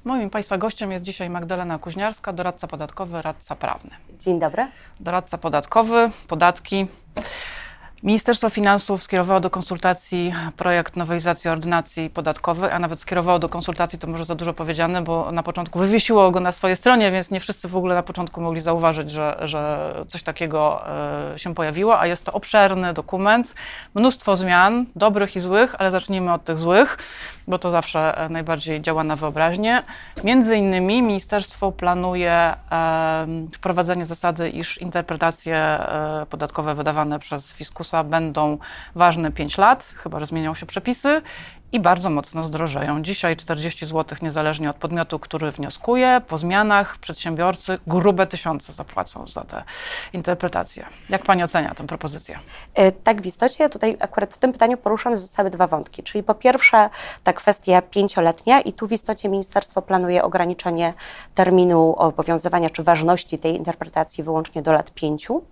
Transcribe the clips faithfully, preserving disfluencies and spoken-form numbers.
Moim Państwa gościem jest dzisiaj Magdalena Kuźniarska, doradca podatkowy, radca prawny. Dzień dobry. Doradca podatkowy, podatki. Ministerstwo Finansów skierowało do konsultacji projekt nowelizacji ordynacji podatkowej, a nawet skierowało do konsultacji, to może za dużo powiedziane, bo na początku wywiesiło go na swojej stronie, więc nie wszyscy w ogóle na początku mogli zauważyć, że, że coś takiego y, się pojawiło, a jest to obszerny dokument, mnóstwo zmian, dobrych i złych, ale zacznijmy od tych złych, bo to zawsze najbardziej działa na wyobraźnię. Między innymi ministerstwo planuje y, wprowadzenie zasady, iż interpretacje y, podatkowe wydawane przez fiskusa będą ważne pięć lat, chyba że zmienią się przepisy i bardzo mocno zdrożeją. Dzisiaj czterdzieści złotych niezależnie od podmiotu, który wnioskuje. Po zmianach przedsiębiorcy grube tysiące zapłacą za te interpretacje. Jak Pani ocenia tę propozycję? Tak, w istocie tutaj akurat w tym pytaniu poruszone zostały dwa wątki, czyli po pierwsze ta kwestia pięcioletnia i tu w istocie ministerstwo planuje ograniczenie terminu obowiązywania czy ważności tej interpretacji wyłącznie do lat pięciu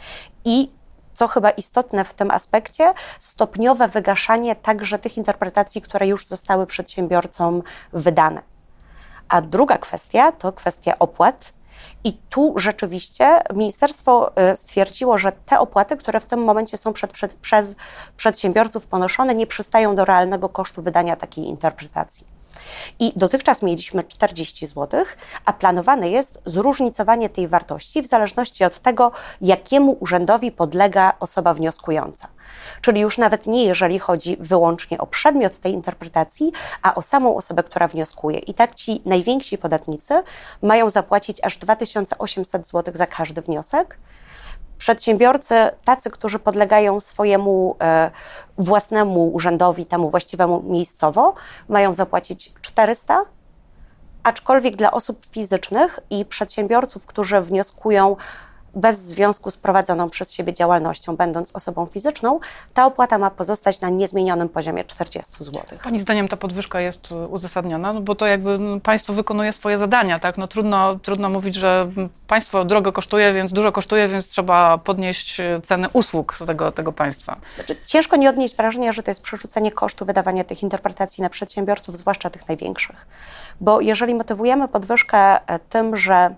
i co chyba istotne w tym aspekcie, stopniowe wygaszanie także tych interpretacji, które już zostały przedsiębiorcom wydane. A druga kwestia to kwestia opłat. I tu rzeczywiście ministerstwo stwierdziło, że te opłaty, które w tym momencie są przed, przed, przez przedsiębiorców ponoszone, nie przystają do realnego kosztu wydania takiej interpretacji. I dotychczas mieliśmy czterdzieści złotych, a planowane jest zróżnicowanie tej wartości w zależności od tego, jakiemu urzędowi podlega osoba wnioskująca. Czyli już nawet nie jeżeli chodzi wyłącznie o przedmiot tej interpretacji, a o samą osobę, która wnioskuje. I tak ci najwięksi podatnicy mają zapłacić aż dwa tysiące osiemset złotych za każdy wniosek. Przedsiębiorcy, tacy, którzy podlegają swojemu e, własnemu urzędowi, temu właściwemu miejscowo, mają zapłacić czterysta, aczkolwiek dla osób fizycznych i przedsiębiorców, którzy wnioskują bez związku z prowadzoną przez siebie działalnością, będąc osobą fizyczną, ta opłata ma pozostać na niezmienionym poziomie czterdzieści złotych. Pani zdaniem ta podwyżka jest uzasadniona? No bo to jakby państwo wykonuje swoje zadania, tak? No trudno, trudno mówić, że państwo drogo kosztuje, więc dużo kosztuje, więc trzeba podnieść ceny usług tego, tego państwa. Znaczy, ciężko nie odnieść wrażenia, że to jest przerzucenie kosztu wydawania tych interpretacji na przedsiębiorców, zwłaszcza tych największych. Bo jeżeli motywujemy podwyżkę tym, że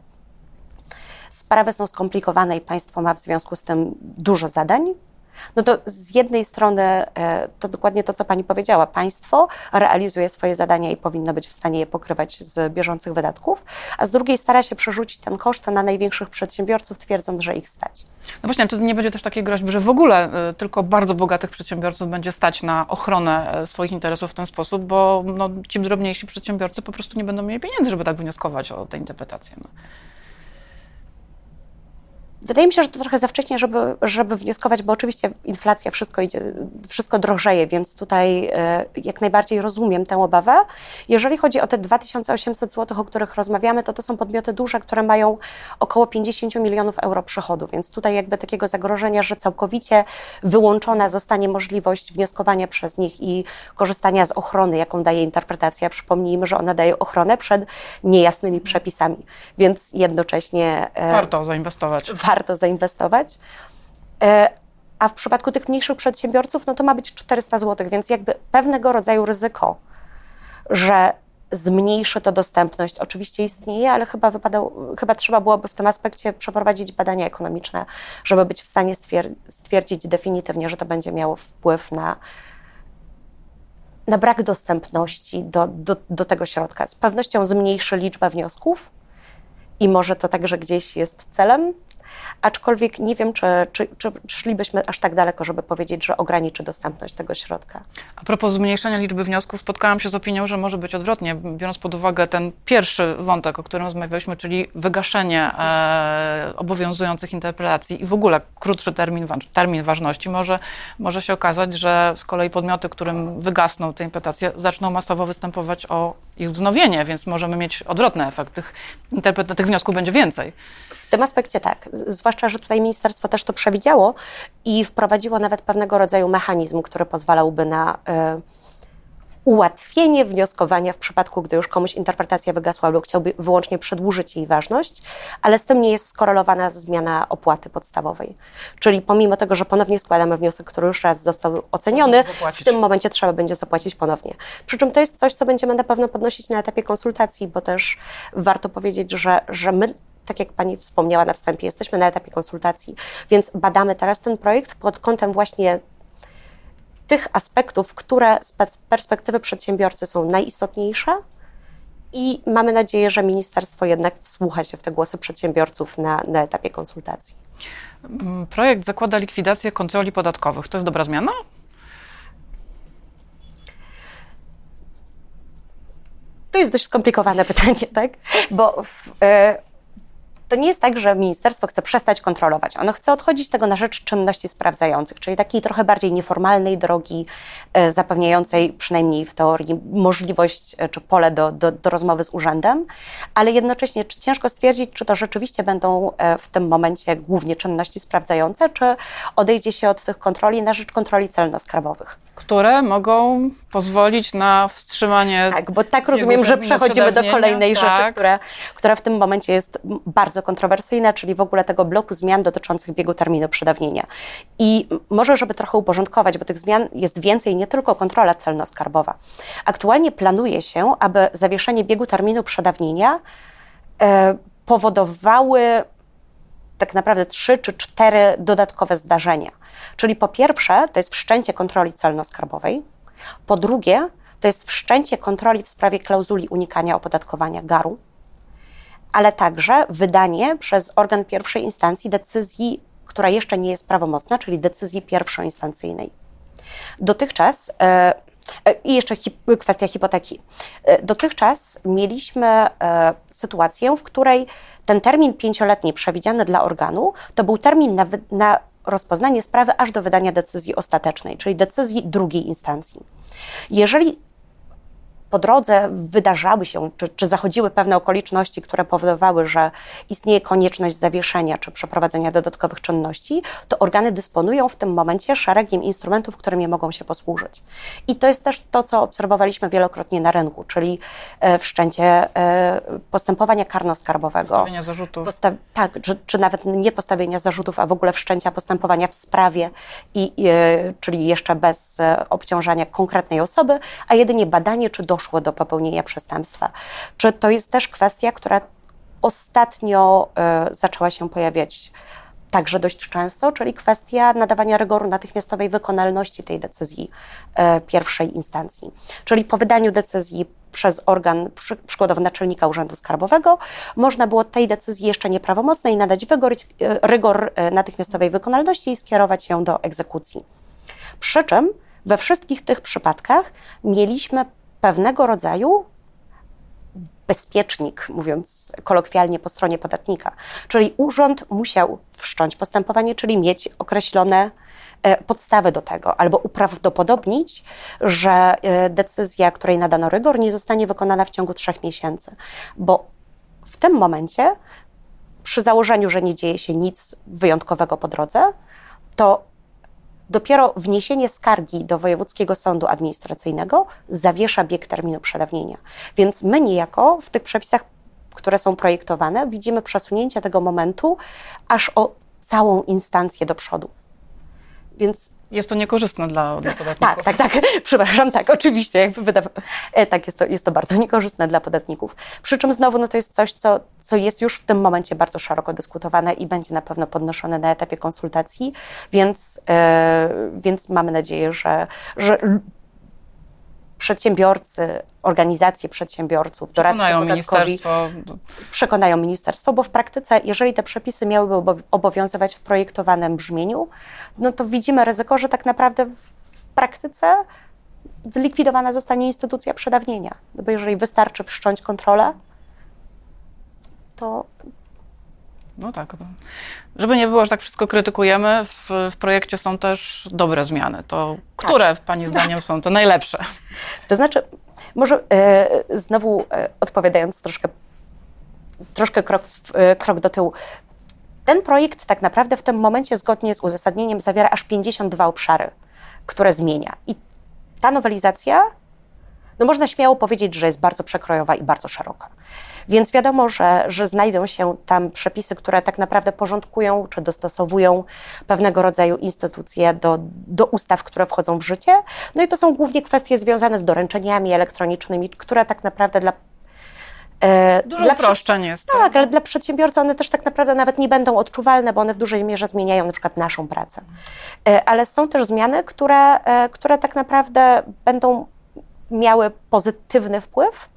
sprawy są skomplikowane i państwo ma w związku z tym dużo zadań, no to z jednej strony to dokładnie to, co Pani powiedziała, państwo realizuje swoje zadania i powinno być w stanie je pokrywać z bieżących wydatków, a z drugiej stara się przerzucić ten koszt na największych przedsiębiorców, twierdząc, że ich stać. No właśnie, czy nie będzie też takiej groźby, że w ogóle tylko bardzo bogatych przedsiębiorców będzie stać na ochronę swoich interesów w ten sposób, bo no, ci drobniejsi przedsiębiorcy po prostu nie będą mieli pieniędzy, żeby tak wnioskować o te interpretacje. No. Wydaje mi się, że to trochę za wcześnie, żeby, żeby wnioskować, bo oczywiście inflacja, wszystko idzie, wszystko drożeje, więc tutaj e, jak najbardziej rozumiem tę obawę. Jeżeli chodzi o te dwa tysiące osiemset złotych, o których rozmawiamy, to to są podmioty duże, które mają około pięćdziesiąt milionów euro przychodu, więc tutaj jakby takiego zagrożenia, że całkowicie wyłączona zostanie możliwość wnioskowania przez nich i korzystania z ochrony, jaką daje interpretacja. Przypomnijmy, że ona daje ochronę przed niejasnymi przepisami, więc jednocześnie... E, warto zainwestować. warto zainwestować, a w przypadku tych mniejszych przedsiębiorców, no to ma być czterysta złotych, więc jakby pewnego rodzaju ryzyko, że zmniejszy to dostępność, oczywiście istnieje, ale chyba, wypadał, chyba trzeba byłoby w tym aspekcie przeprowadzić badania ekonomiczne, żeby być w stanie stwierdzić definitywnie, że to będzie miało wpływ na, na brak dostępności do, do, do tego środka. Z pewnością zmniejszy liczbę wniosków i może to także gdzieś jest celem, aczkolwiek nie wiem, czy, czy, czy szlibyśmy aż tak daleko, żeby powiedzieć, że ograniczy dostępność tego środka. A propos zmniejszenia liczby wniosków, spotkałam się z opinią, że może być odwrotnie, biorąc pod uwagę ten pierwszy wątek, o którym rozmawialiśmy, czyli wygaszenie e, obowiązujących interpretacji i w ogóle krótszy termin, termin ważności, może, może się okazać, że z kolei podmioty, którym wygasną te interpretacje, zaczną masowo występować o ich wznowienie, więc możemy mieć odwrotny efekt. Tych, interpret- tych wniosków będzie więcej. W tym aspekcie tak, zwłaszcza, że tutaj ministerstwo też to przewidziało i wprowadziło nawet pewnego rodzaju mechanizm, który pozwalałby na ułatwienie wnioskowania w przypadku, gdy już komuś interpretacja wygasła lub chciałby wyłącznie przedłużyć jej ważność, ale z tym nie jest skorelowana zmiana opłaty podstawowej. Czyli pomimo tego, że ponownie składamy wniosek, który już raz został oceniony, w tym momencie trzeba będzie zapłacić ponownie. Przy czym to jest coś, co będziemy na pewno podnosić na etapie konsultacji, bo też warto powiedzieć, że, że my, tak jak Pani wspomniała na wstępie, jesteśmy na etapie konsultacji, więc badamy teraz ten projekt pod kątem właśnie tych aspektów, które z perspektywy przedsiębiorcy są najistotniejsze i mamy nadzieję, że ministerstwo jednak wsłucha się w te głosy przedsiębiorców na, na etapie konsultacji. Projekt zakłada likwidację kontroli podatkowych. To jest dobra zmiana? To jest dość skomplikowane pytanie, tak? Bo w, y, to nie jest tak, że ministerstwo chce przestać kontrolować. Ono chce odchodzić tego na rzecz czynności sprawdzających, czyli takiej trochę bardziej nieformalnej drogi, e, zapewniającej przynajmniej w teorii możliwość e, czy pole do, do, do rozmowy z urzędem, ale jednocześnie czy ciężko stwierdzić, czy to rzeczywiście będą e, w tym momencie głównie czynności sprawdzające, czy odejdzie się od tych kontroli na rzecz kontroli celno-skarbowych. Które mogą pozwolić na wstrzymanie. Tak, bo tak rozumiem, że przechodzimy do kolejnej tak. rzeczy, która, która w tym momencie jest bardzo kontrowersyjna, czyli w ogóle tego bloku zmian dotyczących biegu terminu przedawnienia. I może, żeby trochę uporządkować, bo tych zmian jest więcej, nie tylko kontrola celno-skarbowa. Aktualnie planuje się, aby zawieszenie biegu terminu przedawnienia e, powodowały tak naprawdę trzy czy cztery dodatkowe zdarzenia. Czyli po pierwsze, to jest wszczęcie kontroli celno-skarbowej. Po drugie, to jest wszczęcie kontroli w sprawie klauzuli unikania opodatkowania garu, ale także wydanie przez organ pierwszej instancji decyzji, która jeszcze nie jest prawomocna, czyli decyzji pierwszoinstancyjnej. Dotychczas, e, i jeszcze hip, kwestia hipoteki. E, dotychczas mieliśmy e, sytuację, w której ten termin pięcioletni przewidziany dla organu to był termin na, na rozpoznanie sprawy aż do wydania decyzji ostatecznej, czyli decyzji drugiej instancji. Jeżeli po drodze wydarzały się, czy, czy zachodziły pewne okoliczności, które powodowały, że istnieje konieczność zawieszenia czy przeprowadzenia dodatkowych czynności, to organy dysponują w tym momencie szeregiem instrumentów, którymi mogą się posłużyć. I to jest też to, co obserwowaliśmy wielokrotnie na rynku, czyli e, wszczęcie e, postępowania karno-skarbowego. Postawienia zarzutów. Posta- tak, czy, czy nawet nie postawienia zarzutów, a w ogóle wszczęcia postępowania w sprawie, i, i, e, czyli jeszcze bez e, obciążania konkretnej osoby, a jedynie badanie, czy doszło do popełnienia przestępstwa. Czy to jest też kwestia, która ostatnio y, zaczęła się pojawiać także dość często, czyli kwestia nadawania rygoru natychmiastowej wykonalności tej decyzji y, pierwszej instancji. Czyli po wydaniu decyzji przez organ, przy, przykładowo naczelnika Urzędu Skarbowego, można było tej decyzji jeszcze nieprawomocnej nadać wygor, y, rygor y, natychmiastowej wykonalności i skierować ją do egzekucji. Przy czym we wszystkich tych przypadkach mieliśmy pewnego rodzaju bezpiecznik, mówiąc kolokwialnie po stronie podatnika. Czyli urząd musiał wszcząć postępowanie, czyli mieć określone e, podstawy do tego, albo uprawdopodobnić, że e, decyzja, której nadano rygor, nie zostanie wykonana w ciągu trzech miesięcy. Bo w tym momencie, przy założeniu, że nie dzieje się nic wyjątkowego po drodze, to dopiero wniesienie skargi do Wojewódzkiego Sądu Administracyjnego zawiesza bieg terminu przedawnienia. Więc my niejako w tych przepisach, które są projektowane, widzimy przesunięcie tego momentu aż o całą instancję do przodu. Więc jest to niekorzystne dla, dla podatników. Tak, tak, tak. Przepraszam, tak, oczywiście. Jakby wydawa... e, tak, jest to, jest to bardzo niekorzystne dla podatników. Przy czym znowu no, to jest coś, co, co jest już w tym momencie bardzo szeroko dyskutowane i będzie na pewno podnoszone na etapie konsultacji, więc, e, więc mamy nadzieję, że, że przedsiębiorcy, organizacje przedsiębiorców, doradcy Przekonają podatkowi ministerstwo. przekonają ministerstwo, bo w praktyce, jeżeli te przepisy miałyby obowiązywać w projektowanym brzmieniu, no to widzimy ryzyko, że tak naprawdę w praktyce zlikwidowana zostanie instytucja przedawnienia. No bo jeżeli wystarczy wszcząć kontrolę, to... No tak. No. Żeby nie było, że tak wszystko krytykujemy, w, w projekcie są też dobre zmiany. To które tak. Pani zdaniem są te najlepsze? To znaczy, może e, znowu e, odpowiadając troszkę, troszkę krok, e, krok do tyłu. Ten projekt tak naprawdę w tym momencie zgodnie z uzasadnieniem zawiera aż pięćdziesiąt dwa obszary, które zmienia. I ta nowelizacja no można śmiało powiedzieć, że jest bardzo przekrojowa i bardzo szeroka. Więc wiadomo, że, że znajdą się tam przepisy, które tak naprawdę porządkują czy dostosowują pewnego rodzaju instytucje do, do ustaw, które wchodzą w życie. No i to są głównie kwestie związane z doręczeniami elektronicznymi, które tak naprawdę dla Dużo dla uproszczeń jest. Tak, ale dla przedsiębiorcy one też tak naprawdę nawet nie będą odczuwalne, bo one w dużej mierze zmieniają na przykład naszą pracę. Ale są też zmiany, które, które tak naprawdę będą miały pozytywny wpływ.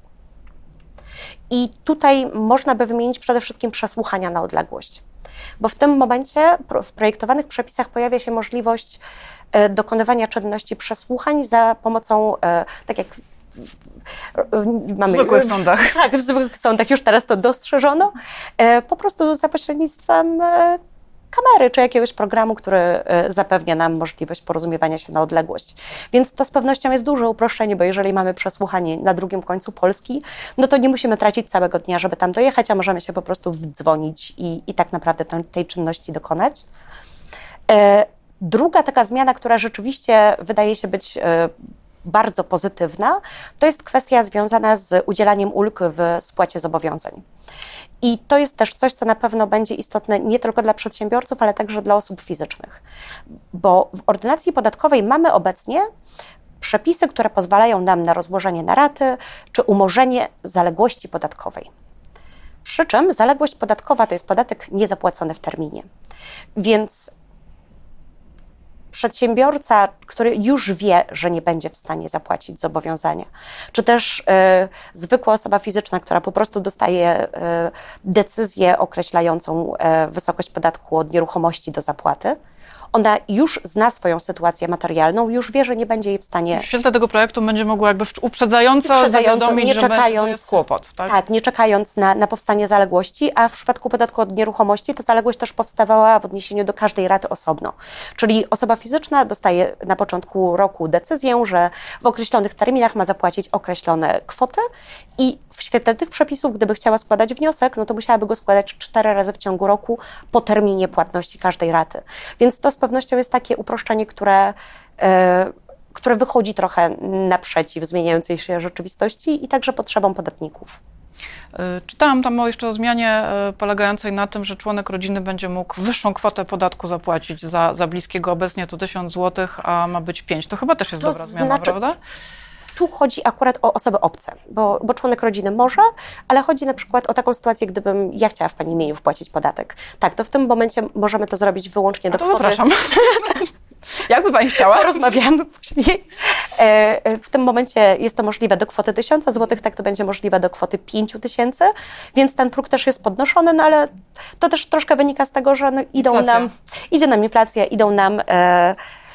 I tutaj można by wymienić przede wszystkim przesłuchania na odległość. Bo w tym momencie w projektowanych przepisach pojawia się możliwość dokonywania czynności przesłuchań za pomocą, tak jak mamy, w zwykłych sądach. Tak, w zwykłych sądach już teraz to dostrzeżono, po prostu za pośrednictwem kamery czy jakiegoś programu, który zapewnia nam możliwość porozumiewania się na odległość. Więc to z pewnością jest duże uproszczenie, bo jeżeli mamy przesłuchanie na drugim końcu Polski, no to nie musimy tracić całego dnia, żeby tam dojechać, a możemy się po prostu wdzwonić i, i tak naprawdę tej, tej czynności dokonać. Druga taka zmiana, która rzeczywiście wydaje się być bardzo pozytywna, to jest kwestia związana z udzielaniem ulg w spłacie zobowiązań. I to jest też coś, co na pewno będzie istotne nie tylko dla przedsiębiorców, ale także dla osób fizycznych. Bo w ordynacji podatkowej mamy obecnie przepisy, które pozwalają nam na rozłożenie na raty czy umorzenie zaległości podatkowej. Przy czym zaległość podatkowa to jest podatek niezapłacony w terminie. Więc przedsiębiorca, który już wie, że nie będzie w stanie zapłacić zobowiązania, czy też y, zwykła osoba fizyczna, która po prostu dostaje y, decyzję określającą y, wysokość podatku od nieruchomości do zapłaty, ona już zna swoją sytuację materialną, już wie, że nie będzie jej w stanie... W świetle tego projektu będzie mogła jakby uprzedzająco, uprzedzająco zawiadomić, nie że, czekając, że jest kłopot. Tak, tak nie czekając na, na powstanie zaległości, a w przypadku podatku od nieruchomości ta zaległość też powstawała w odniesieniu do każdej raty osobno. Czyli osoba fizyczna dostaje na początku roku decyzję, że w określonych terminach ma zapłacić określone kwoty i w świetle tych przepisów, gdyby chciała składać wniosek, no to musiałaby go składać cztery razy w ciągu roku po terminie płatności każdej raty. Więc to z pewnością jest takie uproszczenie, które, e, które wychodzi trochę naprzeciw zmieniającej się rzeczywistości i także potrzebom podatników. Czytałam tam jeszcze o zmianie polegającej na tym, że członek rodziny będzie mógł wyższą kwotę podatku zapłacić za, za bliskiego. Obecnie to tysiąc złotych, a ma być pięć. To chyba też jest to dobra zmiana, znaczy... prawda? Tu chodzi akurat o osoby obce, bo, bo członek rodziny może, ale chodzi na przykład o taką sytuację, gdybym ja chciała w pani imieniu wpłacić podatek. Tak, to w tym momencie możemy to zrobić wyłącznie do to kwoty... Zapraszam. Jakby pani chciała? Porozmawiamy później. W tym momencie jest to możliwe do kwoty tysiąca złotych, tak to będzie możliwe do kwoty pięciu tysięcy, więc ten próg też jest podnoszony, no ale to też troszkę wynika z tego, że no idą inflacja. nam, idzie nam inflacja, idą nam e,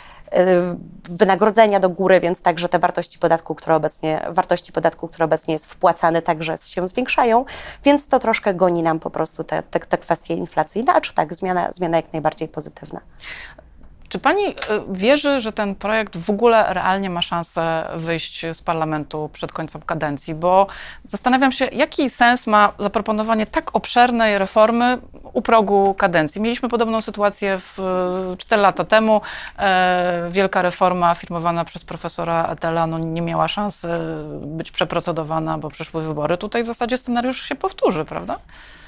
wynagrodzenia do góry, więc także te wartości podatku, które obecnie, wartości podatku, które obecnie jest wpłacane, także się zwiększają, więc to troszkę goni nam po prostu te, te, te kwestie inflacyjne, a czy tak, zmiana, zmiana jak najbardziej pozytywna. Czy pani wierzy, że ten projekt w ogóle realnie ma szansę wyjść z parlamentu przed końcem kadencji? Bo zastanawiam się, jaki sens ma zaproponowanie tak obszernej reformy u progu kadencji. Mieliśmy podobną sytuację w cztery lata temu. E, wielka reforma firmowana przez profesora Etela no, nie miała szans być przeprocedowana, bo przyszły wybory. Tutaj w zasadzie scenariusz się powtórzy, prawda?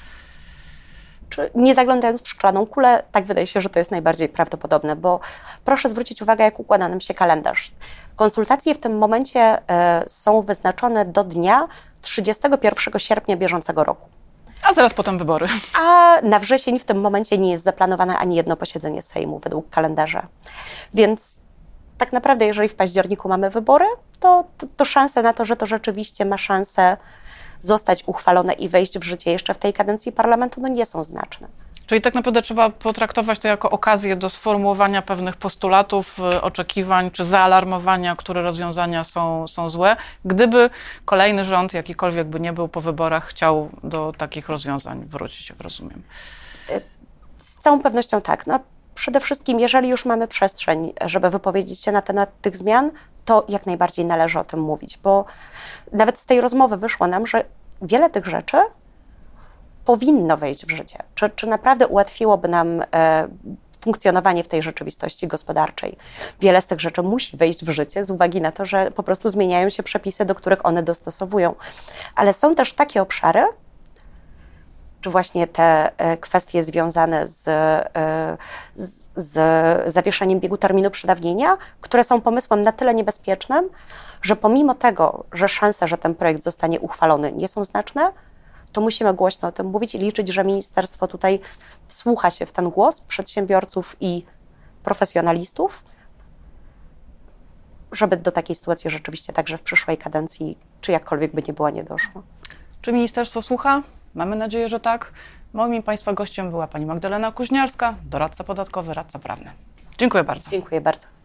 Nie zaglądając w szklaną kulę, tak wydaje się, że to jest najbardziej prawdopodobne, bo proszę zwrócić uwagę, jak układa nam się kalendarz. Konsultacje w tym momencie y, są wyznaczone do dnia trzydziestego pierwszego sierpnia bieżącego roku. A zaraz potem wybory. A na wrzesień w tym momencie nie jest zaplanowane ani jedno posiedzenie Sejmu według kalendarza. Więc tak naprawdę, jeżeli w październiku mamy wybory, to, to, to szanse na to, że to rzeczywiście ma szansę zostać uchwalone i wejść w życie jeszcze w tej kadencji parlamentu, no nie są znaczne. Czyli tak naprawdę trzeba potraktować to jako okazję do sformułowania pewnych postulatów, oczekiwań czy zaalarmowania, które rozwiązania są, są złe, gdyby kolejny rząd, jakikolwiek by nie był po wyborach, chciał do takich rozwiązań wrócić, jak rozumiem. Z całą pewnością tak. No, przede wszystkim, jeżeli już mamy przestrzeń, żeby wypowiedzieć się na temat tych zmian, to jak najbardziej należy o tym mówić, bo nawet z tej rozmowy wyszło nam, że wiele tych rzeczy powinno wejść w życie. Czy, czy naprawdę ułatwiłoby nam e, funkcjonowanie w tej rzeczywistości gospodarczej. Wiele z tych rzeczy musi wejść w życie z uwagi na to, że po prostu zmieniają się przepisy, do których one dostosowują. Ale są też takie obszary, czy właśnie te kwestie związane z, z, z zawieszeniem biegu terminu przedawnienia, które są pomysłem na tyle niebezpiecznym, że pomimo tego, że szanse, że ten projekt zostanie uchwalony, nie są znaczne, to musimy głośno o tym mówić i liczyć, że ministerstwo tutaj wsłucha się w ten głos przedsiębiorców i profesjonalistów, żeby do takiej sytuacji rzeczywiście także w przyszłej kadencji, czy jakkolwiek by nie była, nie doszło. Czy ministerstwo słucha? Mamy nadzieję, że tak. Moim i Państwa gościem była pani Magdalena Kuźniarska, doradca podatkowy, radca prawny. Dziękuję bardzo. Dziękuję bardzo.